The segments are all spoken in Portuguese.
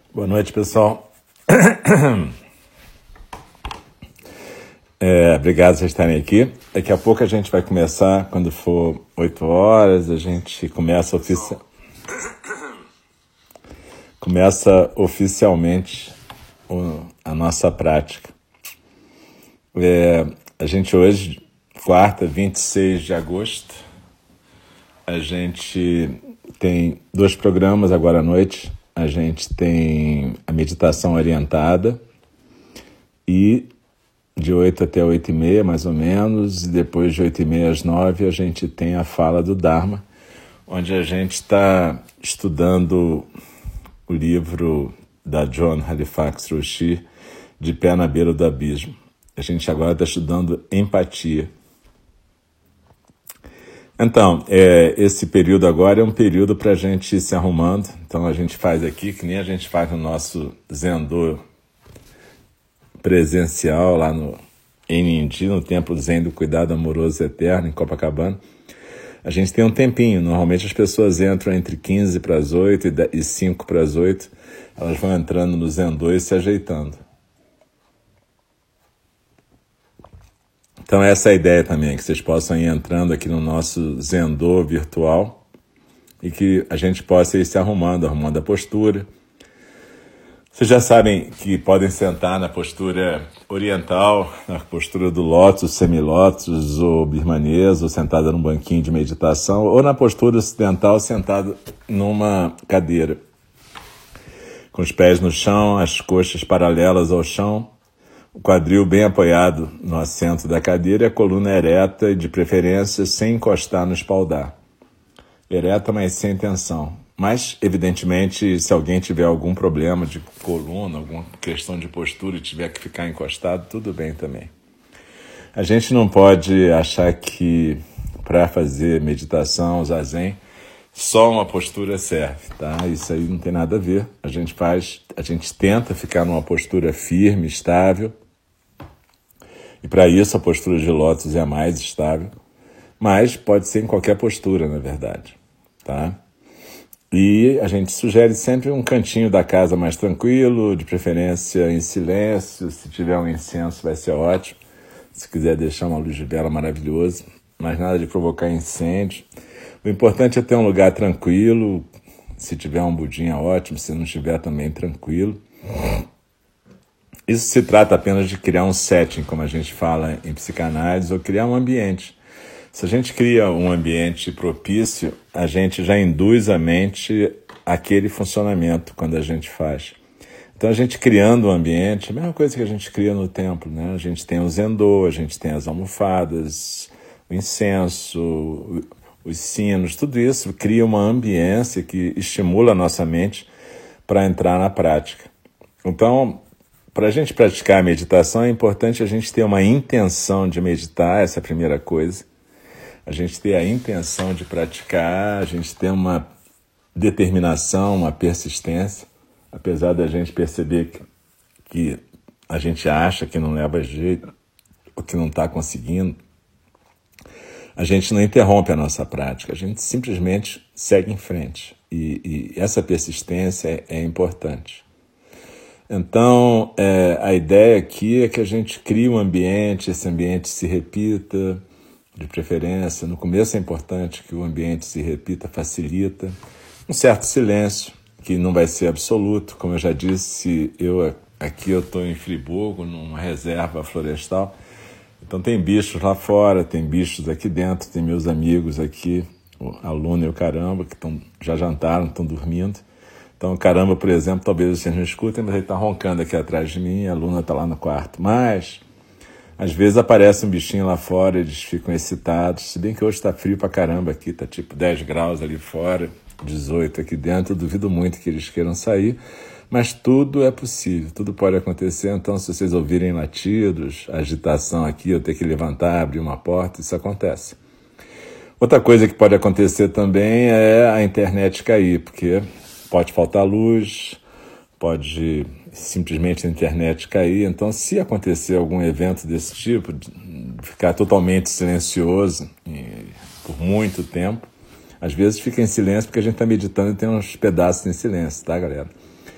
Boa noite, pessoal. Obrigado por vocês estarem aqui. Daqui a pouco a gente vai começar, quando for 8 horas, a gente começa oficialmente a nossa prática. A gente hoje, quarta, 26 de agosto, a gente tem 2 programas agora à noite. A gente tem a meditação orientada e de 8 até 8h30, mais ou menos, e depois de 8h30 às 9 a gente tem a fala do Dharma, onde a gente está estudando o livro da John Halifax Roshi, De Pé na Beira do Abismo. A gente agora está estudando empatia. Então, esse período agora é um período para a gente ir se arrumando. Então a gente faz aqui, que nem a gente faz no nosso Zendô presencial, lá em Nindi, no Templo Zen do Cuidado Amoroso Eterno, em Copacabana. A gente tem um tempinho. Normalmente as pessoas entram entre 15 para as 8 e 5 para as 8. Elas vão entrando no Zendô e se ajeitando. Então essa é a ideia também, que vocês possam ir entrando aqui no nosso Zendô virtual e que a gente possa ir se arrumando a postura. Vocês já sabem que podem sentar na postura oriental, na postura do lótus, semilótus ou birmanês, ou sentada num banquinho de meditação, ou na postura ocidental, sentado numa cadeira, com os pés no chão, as coxas paralelas ao chão, o quadril bem apoiado no assento da cadeira e a coluna ereta e, de preferência, sem encostar no espaldar. Ereta, mas sem tensão. Mas, evidentemente, se alguém tiver algum problema de coluna, alguma questão de postura e tiver que ficar encostado, tudo bem também. A gente não pode achar que para fazer meditação, zazen, só uma postura serve, tá? Isso aí não tem nada a ver. A gente tenta ficar numa postura firme, estável. E para isso a postura de lótus é a mais estável. Mas pode ser em qualquer postura, na verdade, tá? E a gente sugere sempre um cantinho da casa mais tranquilo, de preferência em silêncio. Se tiver um incenso vai ser ótimo. Se quiser deixar uma luz de vela, maravilhoso. Mas nada de provocar incêndio. O importante é ter um lugar tranquilo. Se tiver um budinha, ótimo. Se não tiver, também tranquilo. Isso se trata apenas de criar um setting, como a gente fala em psicanálise, ou criar um ambiente. Se a gente cria um ambiente propício, a gente já induz a mente àquele funcionamento quando a gente faz. Então a gente criando um ambiente, a mesma coisa que a gente cria no templo, né? A gente tem o Zendô, a gente tem as almofadas, o incenso, os sinos, tudo isso cria uma ambiência que estimula a nossa mente para entrar na prática. Então, para a gente praticar a meditação, é importante a gente ter uma intenção de meditar, essa é a primeira coisa. A gente ter a intenção de praticar, a gente ter uma determinação, uma persistência, apesar da gente perceber que a gente acha que não leva jeito, ou que não está conseguindo. A gente não interrompe a nossa prática, a gente simplesmente segue em frente. E essa persistência é importante. Então, a ideia aqui é que a gente crie um ambiente, esse ambiente se repita, de preferência. No começo é importante que o ambiente se repita, facilita. Um certo silêncio, que não vai ser absoluto. Como eu já disse, aqui eu estou em Friburgo, numa reserva florestal. Então tem bichos lá fora, tem bichos aqui dentro, tem meus amigos aqui, o Aluno e o Caramba, que já jantaram, estão dormindo. Então o Caramba, por exemplo, talvez vocês não escutem, mas ele está roncando aqui atrás de mim, a Luna está lá no quarto. Mas, às vezes aparece um bichinho lá fora, eles ficam excitados, se bem que hoje está frio pra caramba aqui, está tipo 10 graus ali fora, 18 aqui dentro, eu duvido muito que eles queiram sair, mas tudo é possível, tudo pode acontecer. Então, se vocês ouvirem latidos, agitação aqui, eu ter que levantar, abrir uma porta, isso acontece. Outra coisa que pode acontecer também é a internet cair, porque pode faltar luz, pode simplesmente a internet cair. Então, se acontecer algum evento desse tipo, ficar totalmente silencioso por muito tempo, às vezes fica em silêncio porque a gente está meditando e tem uns pedaços em silêncio, tá, galera?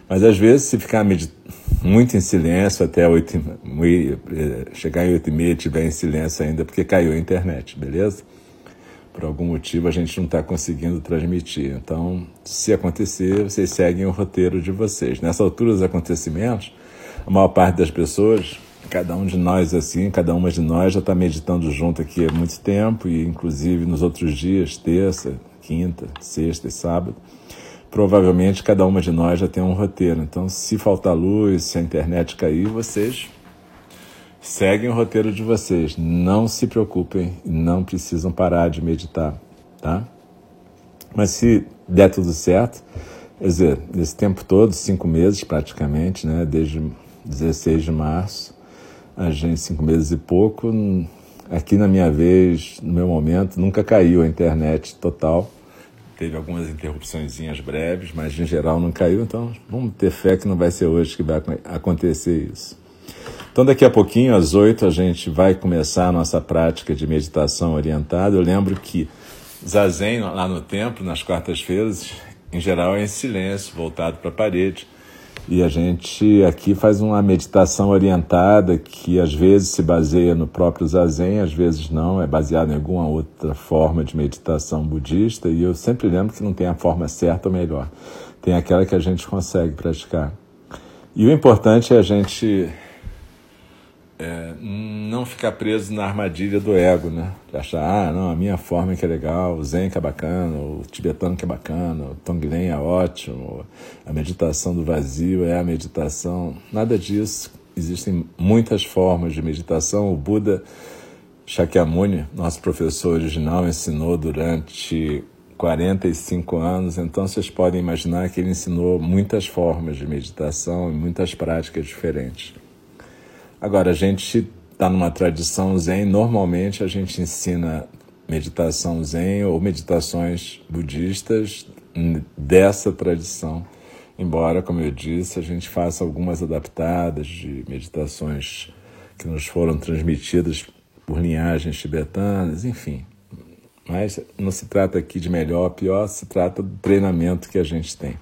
Mas às vezes, se ficar muito em silêncio até chegar em 8h30 e estiver em silêncio ainda, porque caiu a internet, beleza? Por algum motivo a gente não está conseguindo transmitir. Então, se acontecer, vocês seguem o roteiro de vocês. Nessa altura dos acontecimentos, a maior parte das pessoas, cada um de nós assim, cada uma de nós já está meditando junto aqui há muito tempo, e inclusive nos outros dias, terça, quinta, sexta e sábado, provavelmente cada uma de nós já tem um roteiro. Então, se faltar luz, se a internet cair, vocês seguem o roteiro de vocês. Não se preocupem, não precisam parar de meditar, tá? Mas se der tudo certo, quer dizer, nesse tempo todo, 5 meses praticamente, né? Desde 16 de março, a gente 5 meses e pouco, aqui na minha vez, no meu momento, nunca caiu a internet total. Teve algumas interrupçõezinhas breves, mas em geral não caiu, então vamos ter fé que não vai ser hoje que vai acontecer isso. Então daqui a pouquinho, às 8, a gente vai começar a nossa prática de meditação orientada. Eu lembro que Zazen, lá no templo, nas quartas-feiras, em geral é em silêncio, voltado para a parede. E a gente aqui faz uma meditação orientada que às vezes se baseia no próprio Zazen, às vezes não, é baseado em alguma outra forma de meditação budista. E eu sempre lembro que não tem a forma certa ou melhor. Tem aquela que a gente consegue praticar. E o importante é a gente não ficar preso na armadilha do ego, né? De achar, não, a minha forma é que é legal, o Zen que é bacana, o tibetano que é bacana, o Tonglen é ótimo, a meditação do vazio é a meditação. Nada disso. Existem muitas formas de meditação. O Buda Shakyamuni, nosso professor original, ensinou durante 45 anos, então vocês podem imaginar que ele ensinou muitas formas de meditação e muitas práticas diferentes. Agora, a gente está numa tradição Zen, normalmente a gente ensina meditação Zen ou meditações budistas dessa tradição, embora, como eu disse, a gente faça algumas adaptadas de meditações que nos foram transmitidas por linhagens tibetanas, enfim. Mas não se trata aqui de melhor ou pior, se trata do treinamento que a gente tem.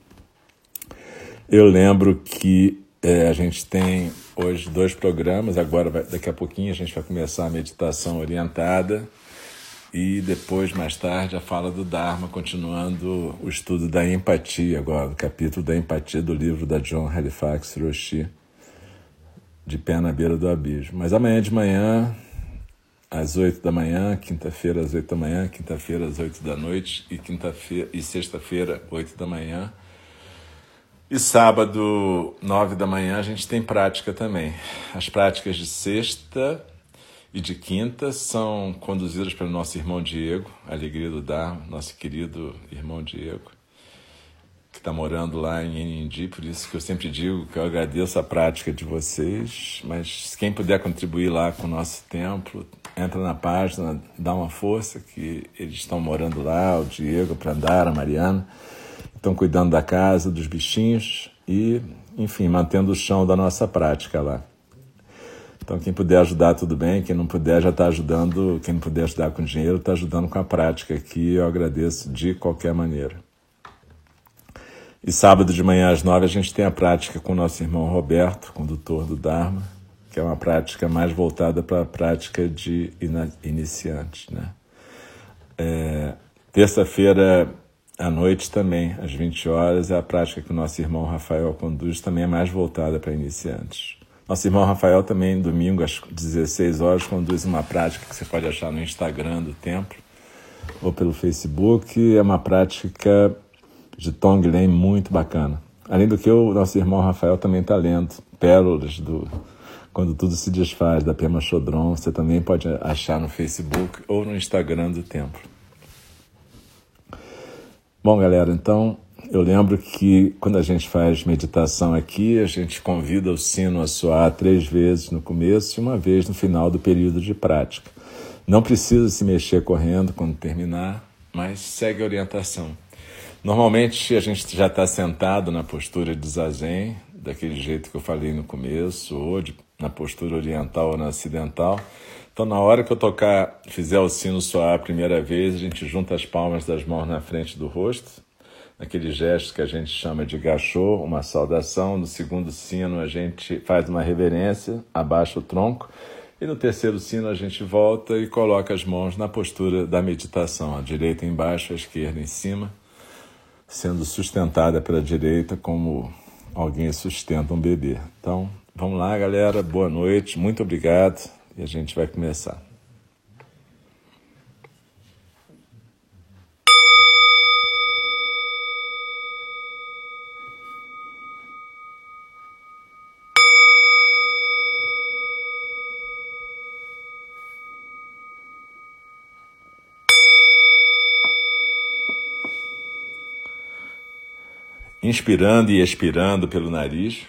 Eu lembro que a gente tem hoje 2 programas, agora daqui a pouquinho a gente vai começar a meditação orientada e depois, mais tarde, a fala do Dharma, continuando o estudo da empatia agora, o capítulo da empatia do livro da John Halifax Roshi, De Pé na Beira do Abismo. Mas amanhã de manhã, às 8 da manhã, quinta-feira às 8 da manhã, quinta-feira às 8 da noite e sexta-feira, 8 da manhã, e sábado, 9 da manhã, a gente tem prática também. As práticas de sexta e de quinta são conduzidas pelo nosso irmão Diego, Alegria do Dharma, nosso querido irmão Diego, que está morando lá em Inindi, por isso que eu sempre digo que eu agradeço a prática de vocês, mas quem puder contribuir lá com o nosso templo, entra na página, dá uma força, que eles estão morando lá, o Diego, a Prandara, a Mariana, estão cuidando da casa, dos bichinhos e, enfim, mantendo o chão da nossa prática lá. Então, quem puder ajudar, tudo bem. Quem não puder, já está ajudando. Quem não puder ajudar com dinheiro, está ajudando com a prática aqui. Eu agradeço de qualquer maneira. E sábado de manhã às 9 a gente tem a prática com o nosso irmão Roberto, condutor do Dharma, que é uma prática mais voltada para a prática de iniciantes, né? Terça-feira à noite também, às 20 horas, é a prática que o nosso irmão Rafael conduz, também é mais voltada para iniciantes. Nosso irmão Rafael também, domingo, às 16 horas, conduz uma prática que você pode achar no Instagram do templo ou pelo Facebook. É uma prática de Tonglen muito bacana. Além do que, o nosso irmão Rafael também está lendo Pérolas do Quando Tudo Se Desfaz, da Pema Chodron. Você também pode achar no Facebook ou no Instagram do templo. Bom, galera, então eu lembro que quando a gente faz meditação aqui, a gente convida o sino a soar 3 vezes no começo e 1 vez no final do período de prática. Não precisa se mexer correndo quando terminar, mas segue a orientação. Normalmente a gente já está sentado na postura de Zazen, daquele jeito que eu falei no começo, ou na postura oriental ou na ocidental. Então, na hora que eu fizer o sino soar a primeira vez, a gente junta as palmas das mãos na frente do rosto, aquele gesto que a gente chama de gachô, uma saudação. No segundo sino a gente faz uma reverência, abaixa o tronco. E no terceiro sino a gente volta e coloca as mãos na postura da meditação, a direita embaixo, a esquerda em cima, sendo sustentada pela direita como alguém sustenta um bebê. Então, vamos lá, galera. Boa noite, muito obrigado e a gente vai começar. Inspirando e expirando pelo nariz.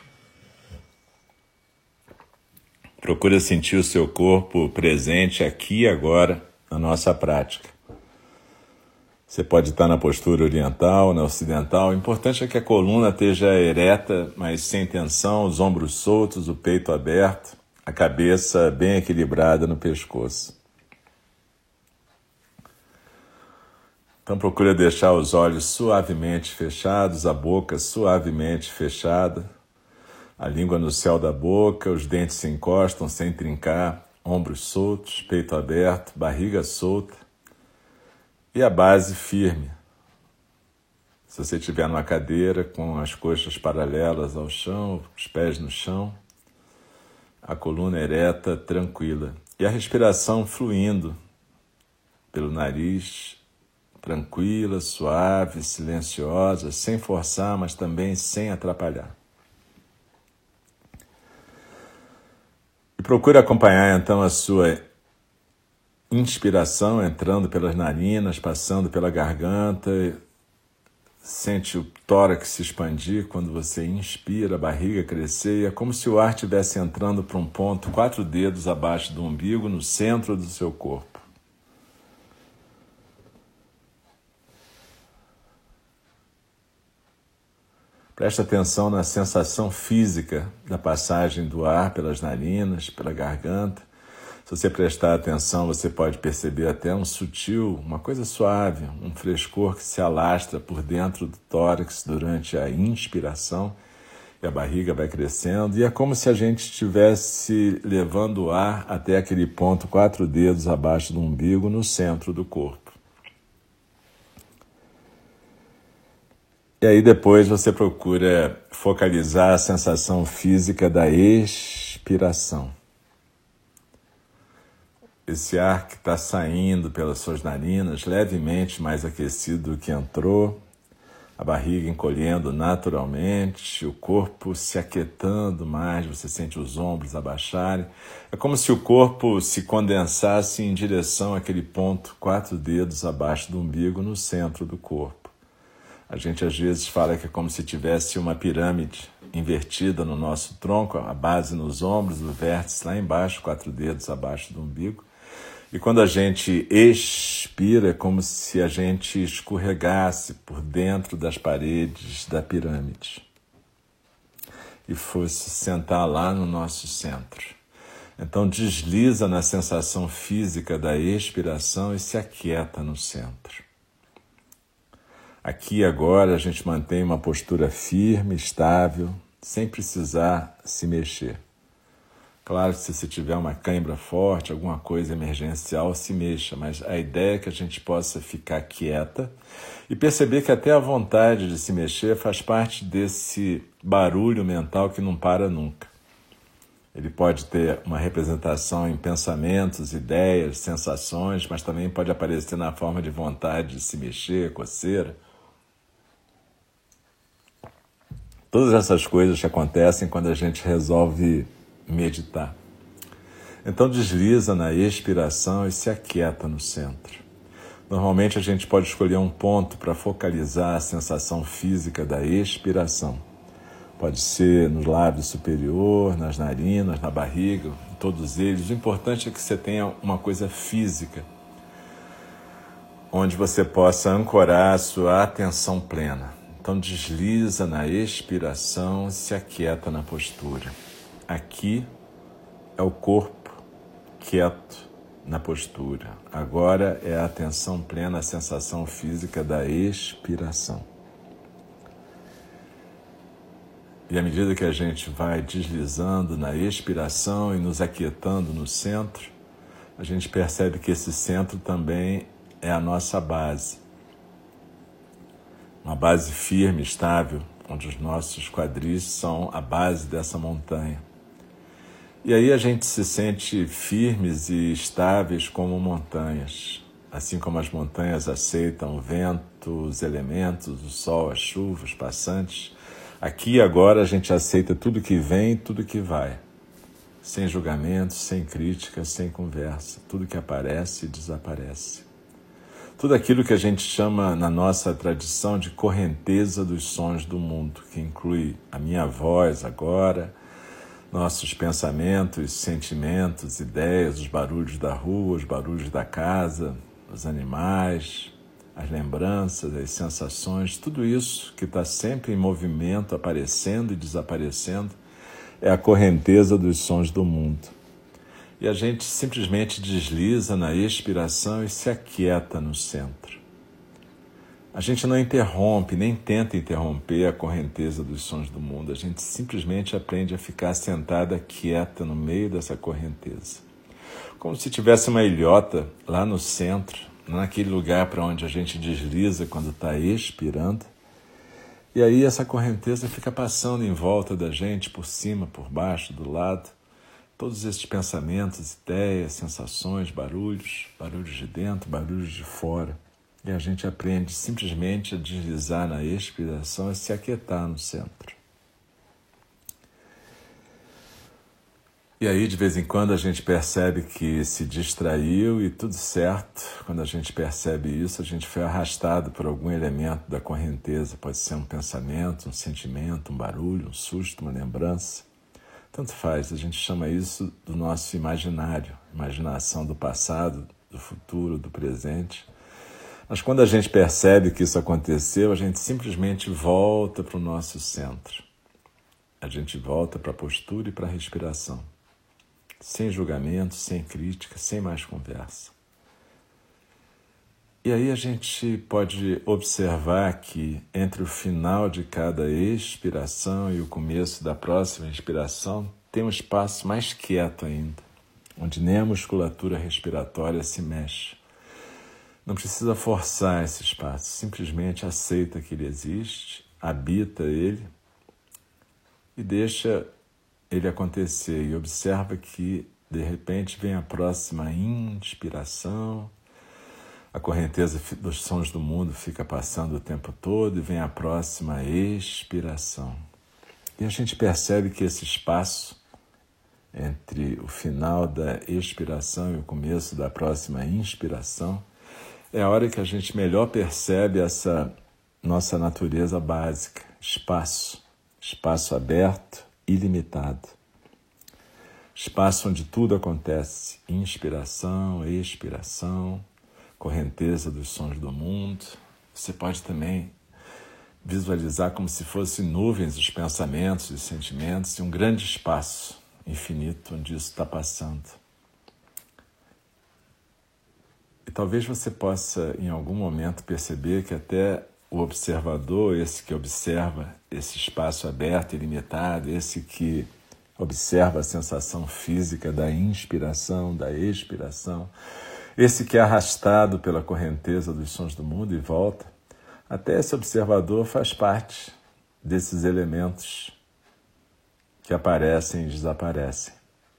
Procura sentir o seu corpo presente aqui e agora na nossa prática. Você pode estar na postura oriental, na ocidental. O importante é que a coluna esteja ereta, mas sem tensão, os ombros soltos, o peito aberto, a cabeça bem equilibrada no pescoço. Então procura deixar os olhos suavemente fechados, a boca suavemente fechada, a língua no céu da boca, os dentes se encostam sem trincar, ombros soltos, peito aberto, barriga solta e a base firme. Se você estiver numa cadeira com as coxas paralelas ao chão, os pés no chão, a coluna ereta, tranquila e a respiração fluindo pelo nariz, tranquila, suave, silenciosa, sem forçar, mas também sem atrapalhar. E procure acompanhar então a sua inspiração entrando pelas narinas, passando pela garganta. Sente o tórax se expandir quando você inspira, a barriga crescer. E é como se o ar estivesse entrando para um ponto 4 dedos abaixo do umbigo, no centro do seu corpo. Preste atenção na sensação física da passagem do ar pelas narinas, pela garganta. Se você prestar atenção, você pode perceber até uma coisa suave, um frescor que se alastra por dentro do tórax durante a inspiração e a barriga vai crescendo. E é como se a gente estivesse levando o ar até aquele ponto 4 dedos abaixo do umbigo, no centro do corpo. E aí depois você procura focalizar a sensação física da expiração. Esse ar que está saindo pelas suas narinas, levemente mais aquecido do que entrou, a barriga encolhendo naturalmente, o corpo se aquietando mais, você sente os ombros abaixarem. É como se o corpo se condensasse em direção àquele ponto 4 dedos abaixo do umbigo, no centro do corpo. A gente às vezes fala que é como se tivesse uma pirâmide invertida no nosso tronco, a base nos ombros, o vértice lá embaixo, 4 dedos abaixo do umbigo. E quando a gente expira, é como se a gente escorregasse por dentro das paredes da pirâmide e fosse sentar lá no nosso centro. Então desliza na sensação física da expiração e se aquieta no centro. Aqui agora a gente mantém uma postura firme, estável, sem precisar se mexer. Claro que se você tiver uma cãibra forte, alguma coisa emergencial, se mexa, mas a ideia é que a gente possa ficar quieta e perceber que até a vontade de se mexer faz parte desse barulho mental que não para nunca. Ele pode ter uma representação em pensamentos, ideias, sensações, mas também pode aparecer na forma de vontade de se mexer, coceira. Todas essas coisas acontecem quando a gente resolve meditar. Então desliza na expiração e se aquieta no centro. Normalmente a gente pode escolher um ponto para focalizar a sensação física da expiração. Pode ser no lábio superior, nas narinas, na barriga, em todos eles. O importante é que você tenha uma coisa física, onde você possa ancorar a sua atenção plena. Então desliza na expiração e se aquieta na postura. Aqui é o corpo quieto na postura. Agora é a atenção plena, a sensação física da expiração. E à medida que a gente vai deslizando na expiração e nos aquietando no centro, a gente percebe que esse centro também é a nossa base. Uma base firme, estável, onde os nossos quadris são a base dessa montanha. E aí a gente se sente firmes e estáveis como montanhas. Assim como as montanhas aceitam o vento, os elementos, o sol, a chuva, os passantes, aqui e agora a gente aceita tudo que vem e tudo que vai. Sem julgamento, sem crítica, sem conversa. Tudo que aparece e desaparece. Tudo aquilo que a gente chama na nossa tradição de correnteza dos sons do mundo, que inclui a minha voz agora, nossos pensamentos, sentimentos, ideias, os barulhos da rua, os barulhos da casa, os animais, as lembranças, as sensações, tudo isso que está sempre em movimento, aparecendo e desaparecendo, é a correnteza dos sons do mundo. E a gente simplesmente desliza na expiração e se aquieta no centro. A gente não interrompe, nem tenta interromper a correnteza dos sons do mundo. A gente simplesmente aprende a ficar sentada quieta no meio dessa correnteza. Como se tivesse uma ilhota lá no centro, naquele lugar para onde a gente desliza quando está expirando. E aí essa correnteza fica passando em volta da gente, por cima, por baixo, do lado. Todos esses pensamentos, ideias, sensações, barulhos de dentro, barulhos de fora. E a gente aprende simplesmente a deslizar na expiração e se aquietar no centro. E aí, de vez em quando, a gente percebe que se distraiu e tudo certo. Quando a gente percebe isso, a gente foi arrastado por algum elemento da correnteza. Pode ser um pensamento, um sentimento, um barulho, um susto, uma lembrança. Tanto faz, a gente chama isso do nosso imaginário, imaginação do passado, do futuro, do presente. Mas quando a gente percebe que isso aconteceu, a gente simplesmente volta para o nosso centro. A gente volta para a postura e para a respiração. Sem julgamento, sem crítica, sem mais conversa. E aí a gente pode observar que entre o final de cada expiração e o começo da próxima inspiração tem um espaço mais quieto ainda, onde nem a musculatura respiratória se mexe. Não precisa forçar esse espaço, simplesmente aceita que ele existe, habita ele e deixa ele acontecer. E observa que, de repente, vem a próxima inspiração, a correnteza dos sons do mundo fica passando o tempo todo e vem a próxima expiração. E a gente percebe que esse espaço entre o final da expiração e o começo da próxima inspiração é a hora que a gente melhor percebe essa nossa natureza básica, espaço aberto, ilimitado. Espaço onde tudo acontece, inspiração, expiração, correnteza dos sons do mundo. Você pode também visualizar como se fossem nuvens os pensamentos e sentimentos e um grande espaço infinito onde isso está passando. E talvez você possa, em algum momento, perceber que até o observador, esse que observa esse espaço aberto e limitado, esse que observa a sensação física da inspiração, da expiração, esse que é arrastado pela correnteza dos sons do mundo e volta, até esse observador faz parte desses elementos que aparecem e desaparecem.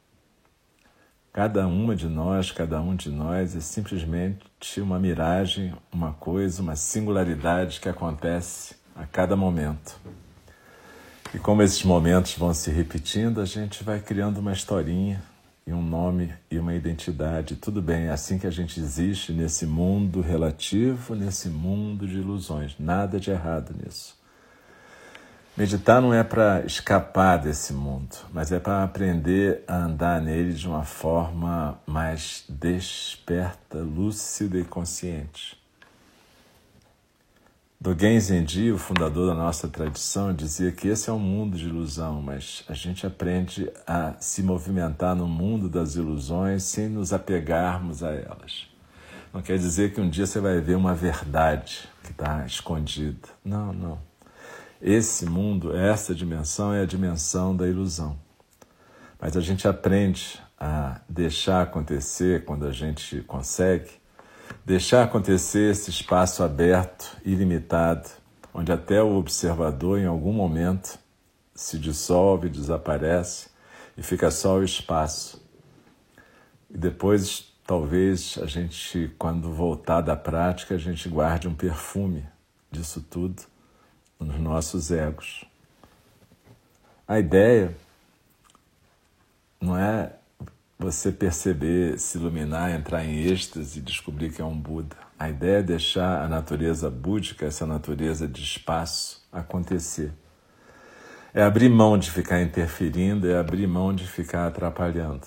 Cada uma de nós, cada um de nós é simplesmente uma miragem, uma coisa, uma singularidade que acontece a cada momento. E como esses momentos vão se repetindo, a gente vai criando uma historinha e um nome e uma identidade. Tudo bem, é assim que a gente existe nesse mundo relativo, nesse mundo de ilusões. Nada de errado nisso. Meditar não é para escapar desse mundo, mas é para aprender a andar nele de uma forma mais desperta, lúcida e consciente. Dogen Zenji, o fundador da nossa tradição, dizia que esse é um mundo de ilusão, mas a gente aprende a se movimentar no mundo das ilusões sem nos apegarmos a elas. Não quer dizer que um dia você vai ver uma verdade que está escondida. Não. Esse mundo, essa dimensão é a dimensão da ilusão. Mas a gente aprende a deixar acontecer quando a gente consegue, deixar acontecer esse espaço aberto, ilimitado, onde até o observador, em algum momento, se dissolve, desaparece e fica só o espaço. E depois, talvez, a gente, quando voltar da prática, a gente guarde um perfume disso tudo nos nossos egos. A ideia não é você perceber, se iluminar, entrar em êxtase e descobrir que é um Buda. A ideia é deixar a natureza búdica, essa natureza de espaço, acontecer. É abrir mão de ficar interferindo, é abrir mão de ficar atrapalhando.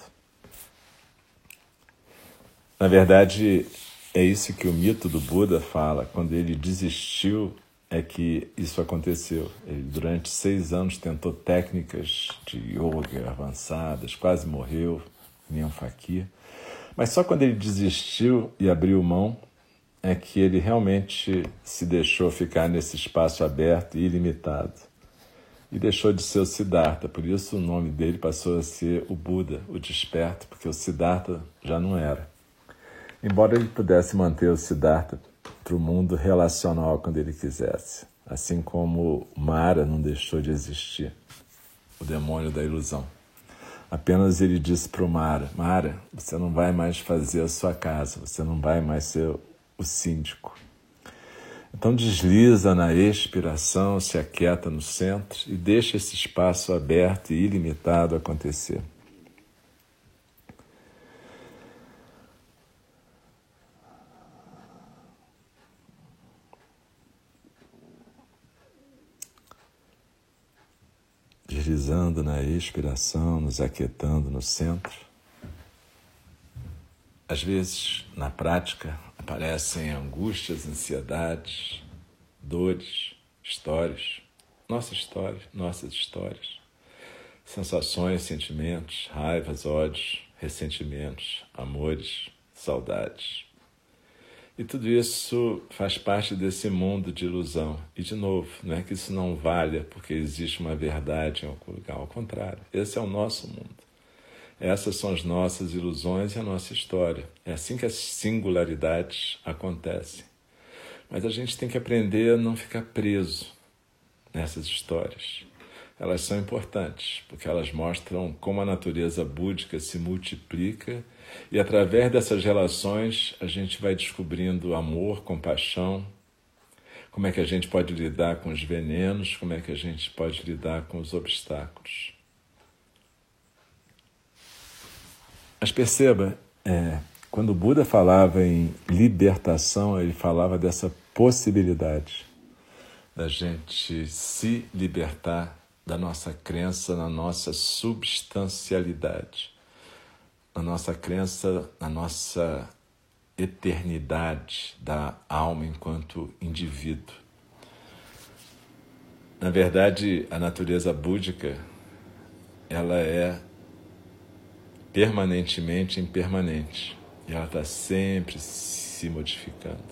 Na verdade, é isso que o mito do Buda fala. Quando ele desistiu, é que isso aconteceu. Ele, durante 6 anos, tentou técnicas de yoga avançadas, quase morreu, nem um fakir. Mas só quando ele desistiu e abriu mão, é que ele realmente se deixou ficar nesse espaço aberto e ilimitado. E deixou de ser o Siddhartha, por isso o nome dele passou a ser o Buda, o desperto, porque o Siddhartha já não era. Embora ele pudesse manter o Siddhartha para o mundo relacional quando ele quisesse, assim como Mara não deixou de existir, o demônio da ilusão. Apenas ele disse para o Mara, Mara, você não vai mais fazer a sua casa, você não vai mais ser o síndico. Então desliza na expiração, se aquieta no centro e deixa esse espaço aberto e ilimitado acontecer. Deslizando na expiração, nos aquietando no centro. Às vezes, na prática, aparecem angústias, ansiedades, dores, histórias, nossas histórias, sensações, sentimentos, raivas, ódios, ressentimentos, amores, saudades. E tudo isso faz parte desse mundo de ilusão. E, de novo, não é que isso não valha porque existe uma verdade em algum lugar. Ao contrário, esse é o nosso mundo. Essas são as nossas ilusões e a nossa história. É assim que as singularidades acontecem. Mas a gente tem que aprender a não ficar preso nessas histórias. Elas são importantes, porque elas mostram como a natureza búdica se multiplica e, através dessas relações, a gente vai descobrindo amor, compaixão, como é que a gente pode lidar com os venenos, como é que a gente pode lidar com os obstáculos. Mas perceba, quando o Buda falava em libertação, ele falava dessa possibilidade da gente se libertar da nossa crença na nossa substancialidade, na nossa crença na nossa eternidade da alma enquanto indivíduo. Na verdade, a natureza búdica, ela é permanentemente impermanente e ela está sempre se modificando.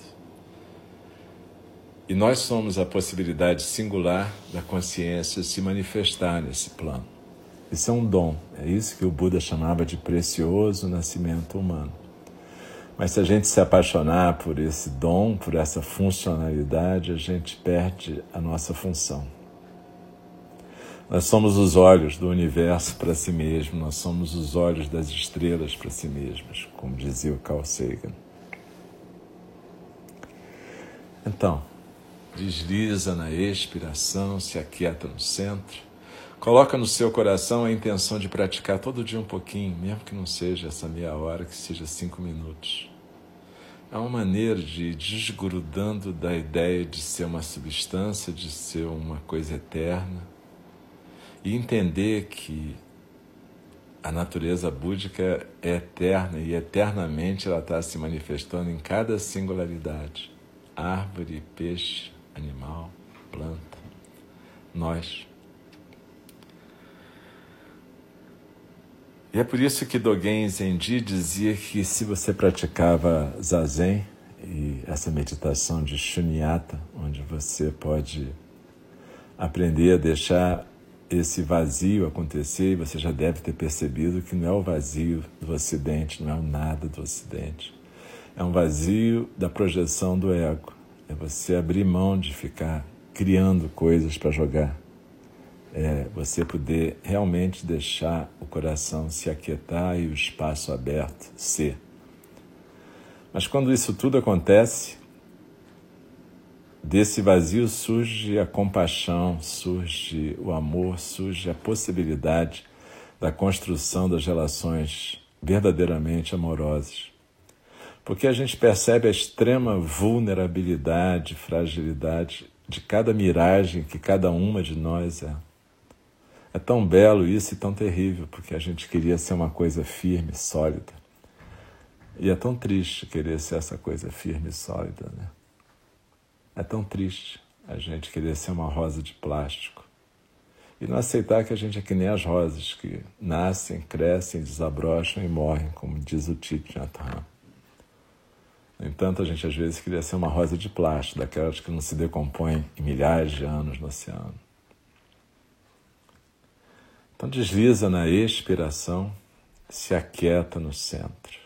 E nós somos a possibilidade singular da consciência se manifestar nesse plano. Isso é um dom, é isso que o Buda chamava de precioso nascimento humano. Mas se a gente se apaixonar por esse dom, por essa funcionalidade, a gente perde a nossa função. Nós somos os olhos do universo para si mesmo, nós somos os olhos das estrelas para si mesmos, como dizia o Carl Sagan. Então, desliza na expiração, se aquieta no centro, coloca no seu coração a intenção de praticar todo dia um pouquinho, mesmo que não seja essa meia hora, que seja 5 minutos. É uma maneira de ir desgrudando da ideia de ser uma substância, de ser uma coisa eterna, e entender que a natureza búdica é eterna e eternamente ela está se manifestando em cada singularidade. Árvore, peixe, animal, planta, nós. E é por isso que Dogen Zenji dizia que se você praticava Zazen e essa meditação de Shunyata, onde você pode aprender a deixar esse vazio acontecer, e você já deve ter percebido que não é o vazio do Ocidente, não é o nada do Ocidente. É um vazio da projeção do ego. É você abrir mão de ficar criando coisas para jogar. É você poder realmente deixar o coração se aquietar e o espaço aberto ser. Mas quando isso tudo acontece, desse vazio surge a compaixão, surge o amor, surge a possibilidade da construção das relações verdadeiramente amorosas. Porque a gente percebe a extrema vulnerabilidade, fragilidade de cada miragem que cada uma de nós é. É tão belo isso e tão terrível, porque a gente queria ser uma coisa firme, sólida. E é tão triste querer ser essa coisa firme e sólida, né? É tão triste a gente querer ser uma rosa de plástico e não aceitar que a gente é que nem as rosas, que nascem, crescem, desabrocham e morrem, como diz o Thich Nhat Hanh. No entanto, a gente às vezes queria ser uma rosa de plástico, daquelas que não se decompõem em milhares de anos no oceano. Então desliza na expiração, se aquieta no centro.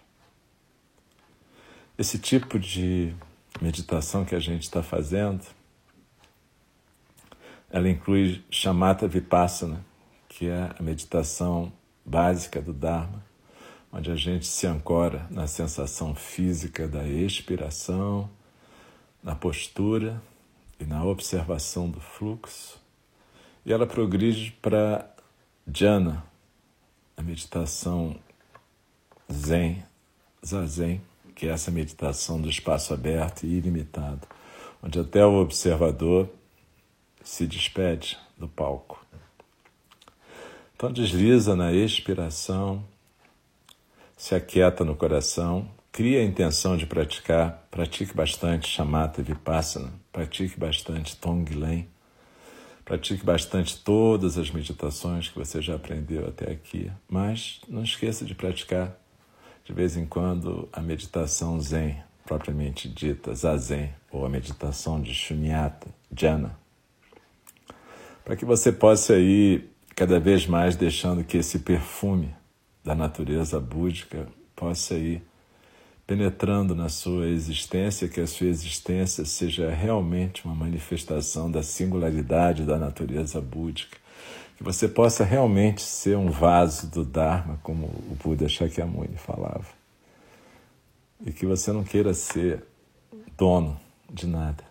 Esse tipo de meditação que a gente está fazendo, ela inclui Shamatha Vipassana, que é a meditação básica do Dharma, onde a gente se ancora na sensação física da expiração, na postura e na observação do fluxo. E ela progride para Jhana, a meditação Zen, Zazen, que é essa meditação do espaço aberto e ilimitado, onde até o observador se despede do palco. Então desliza na expiração, se aquieta no coração, cria a intenção de praticar, pratique bastante Shamatha Vipassana, pratique bastante Tonglen, pratique bastante todas as meditações que você já aprendeu até aqui, mas não esqueça de praticar de vez em quando a meditação Zen, propriamente dita, Zazen, ou a meditação de Shunyata, Jhana, para que você possa ir cada vez mais deixando que esse perfume da natureza búdica possa ir penetrando na sua existência, que a sua existência seja realmente uma manifestação da singularidade da natureza búdica, que você possa realmente ser um vaso do Dharma, como o Buda Shakyamuni falava, e que você não queira ser dono de nada,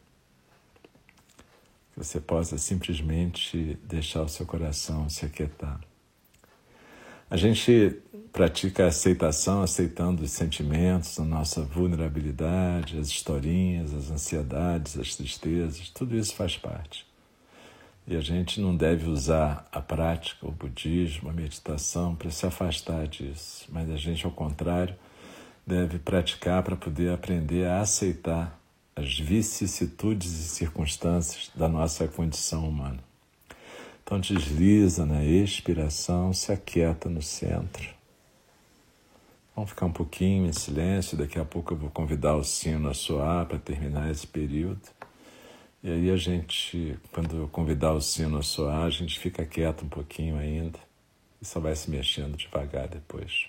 que você possa simplesmente deixar o seu coração se aquietar. A gente pratica a aceitação, aceitando os sentimentos, a nossa vulnerabilidade, as historinhas, as ansiedades, as tristezas, tudo isso faz parte. E a gente não deve usar a prática, o budismo, a meditação para se afastar disso, mas a gente, ao contrário, deve praticar para poder aprender a aceitar as vicissitudes e circunstâncias da nossa condição humana. Então desliza na expiração, se aquieta no centro. Vamos ficar um pouquinho em silêncio, daqui a pouco eu vou convidar o sino a soar para terminar esse período. E aí a gente, quando eu convidar o sino a soar, a gente fica quieto um pouquinho ainda e só vai se mexendo devagar depois.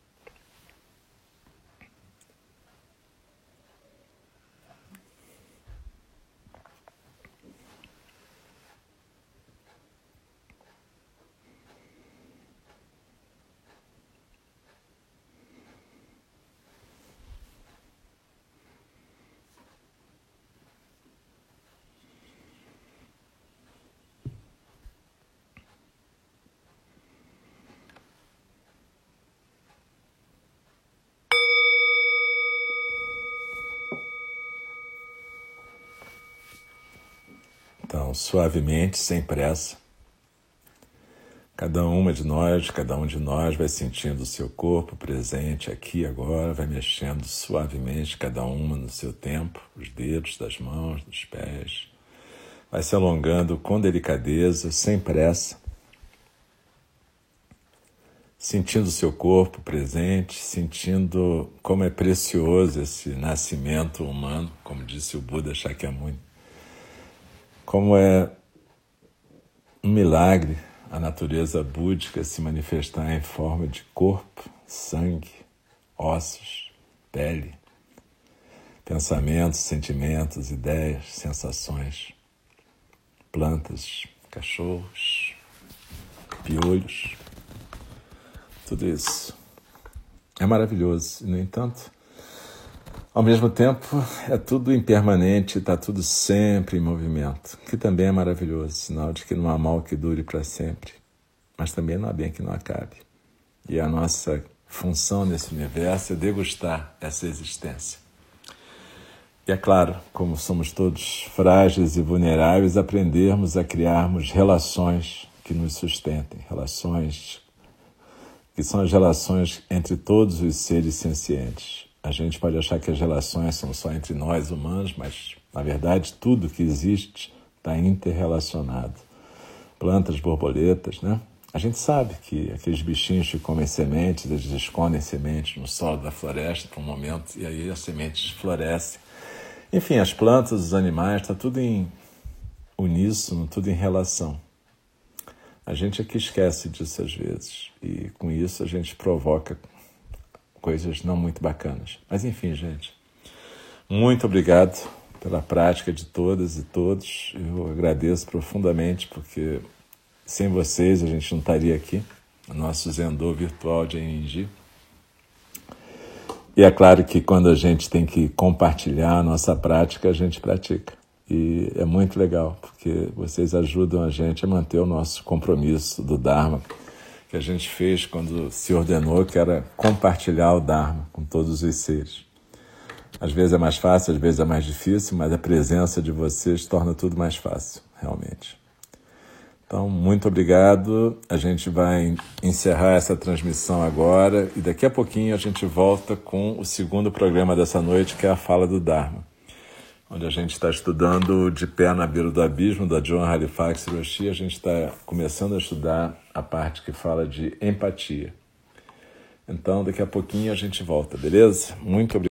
Então, suavemente, sem pressa, cada um de nós vai sentindo o seu corpo presente aqui agora, vai mexendo suavemente, cada uma no seu tempo, os dedos das mãos, dos pés, vai se alongando com delicadeza, sem pressa, sentindo o seu corpo presente, sentindo como é precioso esse nascimento humano, como disse o Buda Shakyamuni, como é um milagre a natureza búdica se manifestar em forma de corpo, sangue, ossos, pele, pensamentos, sentimentos, ideias, sensações, plantas, cachorros, piolhos, tudo isso é maravilhoso. E, no entanto, ao mesmo tempo, é tudo impermanente, está tudo sempre em movimento, que também é maravilhoso, sinal de que não há mal que dure para sempre, mas também não há bem que não acabe. E a nossa função nesse universo é degustar essa existência. E é claro, como somos todos frágeis e vulneráveis, aprendermos a criarmos relações que nos sustentem, relações que são as relações entre todos os seres sencientes. A gente pode achar que as relações são só entre nós humanos, mas, na verdade, tudo que existe está interrelacionado. Plantas, borboletas, né? A gente sabe que aqueles bichinhos que comem sementes, eles escondem sementes no solo da floresta por um momento, e aí as sementes florescem. Enfim, as plantas, os animais, está tudo em uníssono, tudo em relação. A gente é que esquece disso às vezes, e com isso a gente provoca coisas não muito bacanas. Mas enfim, gente, muito obrigado pela prática de todas e todos. Eu agradeço profundamente, porque sem vocês a gente não estaria aqui, no nosso Zendô virtual de Anhembi. E é claro que quando a gente tem que compartilhar a nossa prática, a gente pratica. E é muito legal, porque vocês ajudam a gente a manter o nosso compromisso do Dharma, que a gente fez quando se ordenou, que era compartilhar o Dharma com todos os seres. Às vezes é mais fácil, às vezes é mais difícil, mas a presença de vocês torna tudo mais fácil, realmente. Então, muito obrigado. A gente vai encerrar essa transmissão agora e daqui a pouquinho a gente volta com o segundo programa dessa noite, que é a Fala do Dharma, onde a gente está estudando De Pé na Beira do Abismo, da John Halifax Roshi. A gente está começando a estudar a parte que fala de empatia. Então, daqui a pouquinho a gente volta, beleza? Muito obrigado.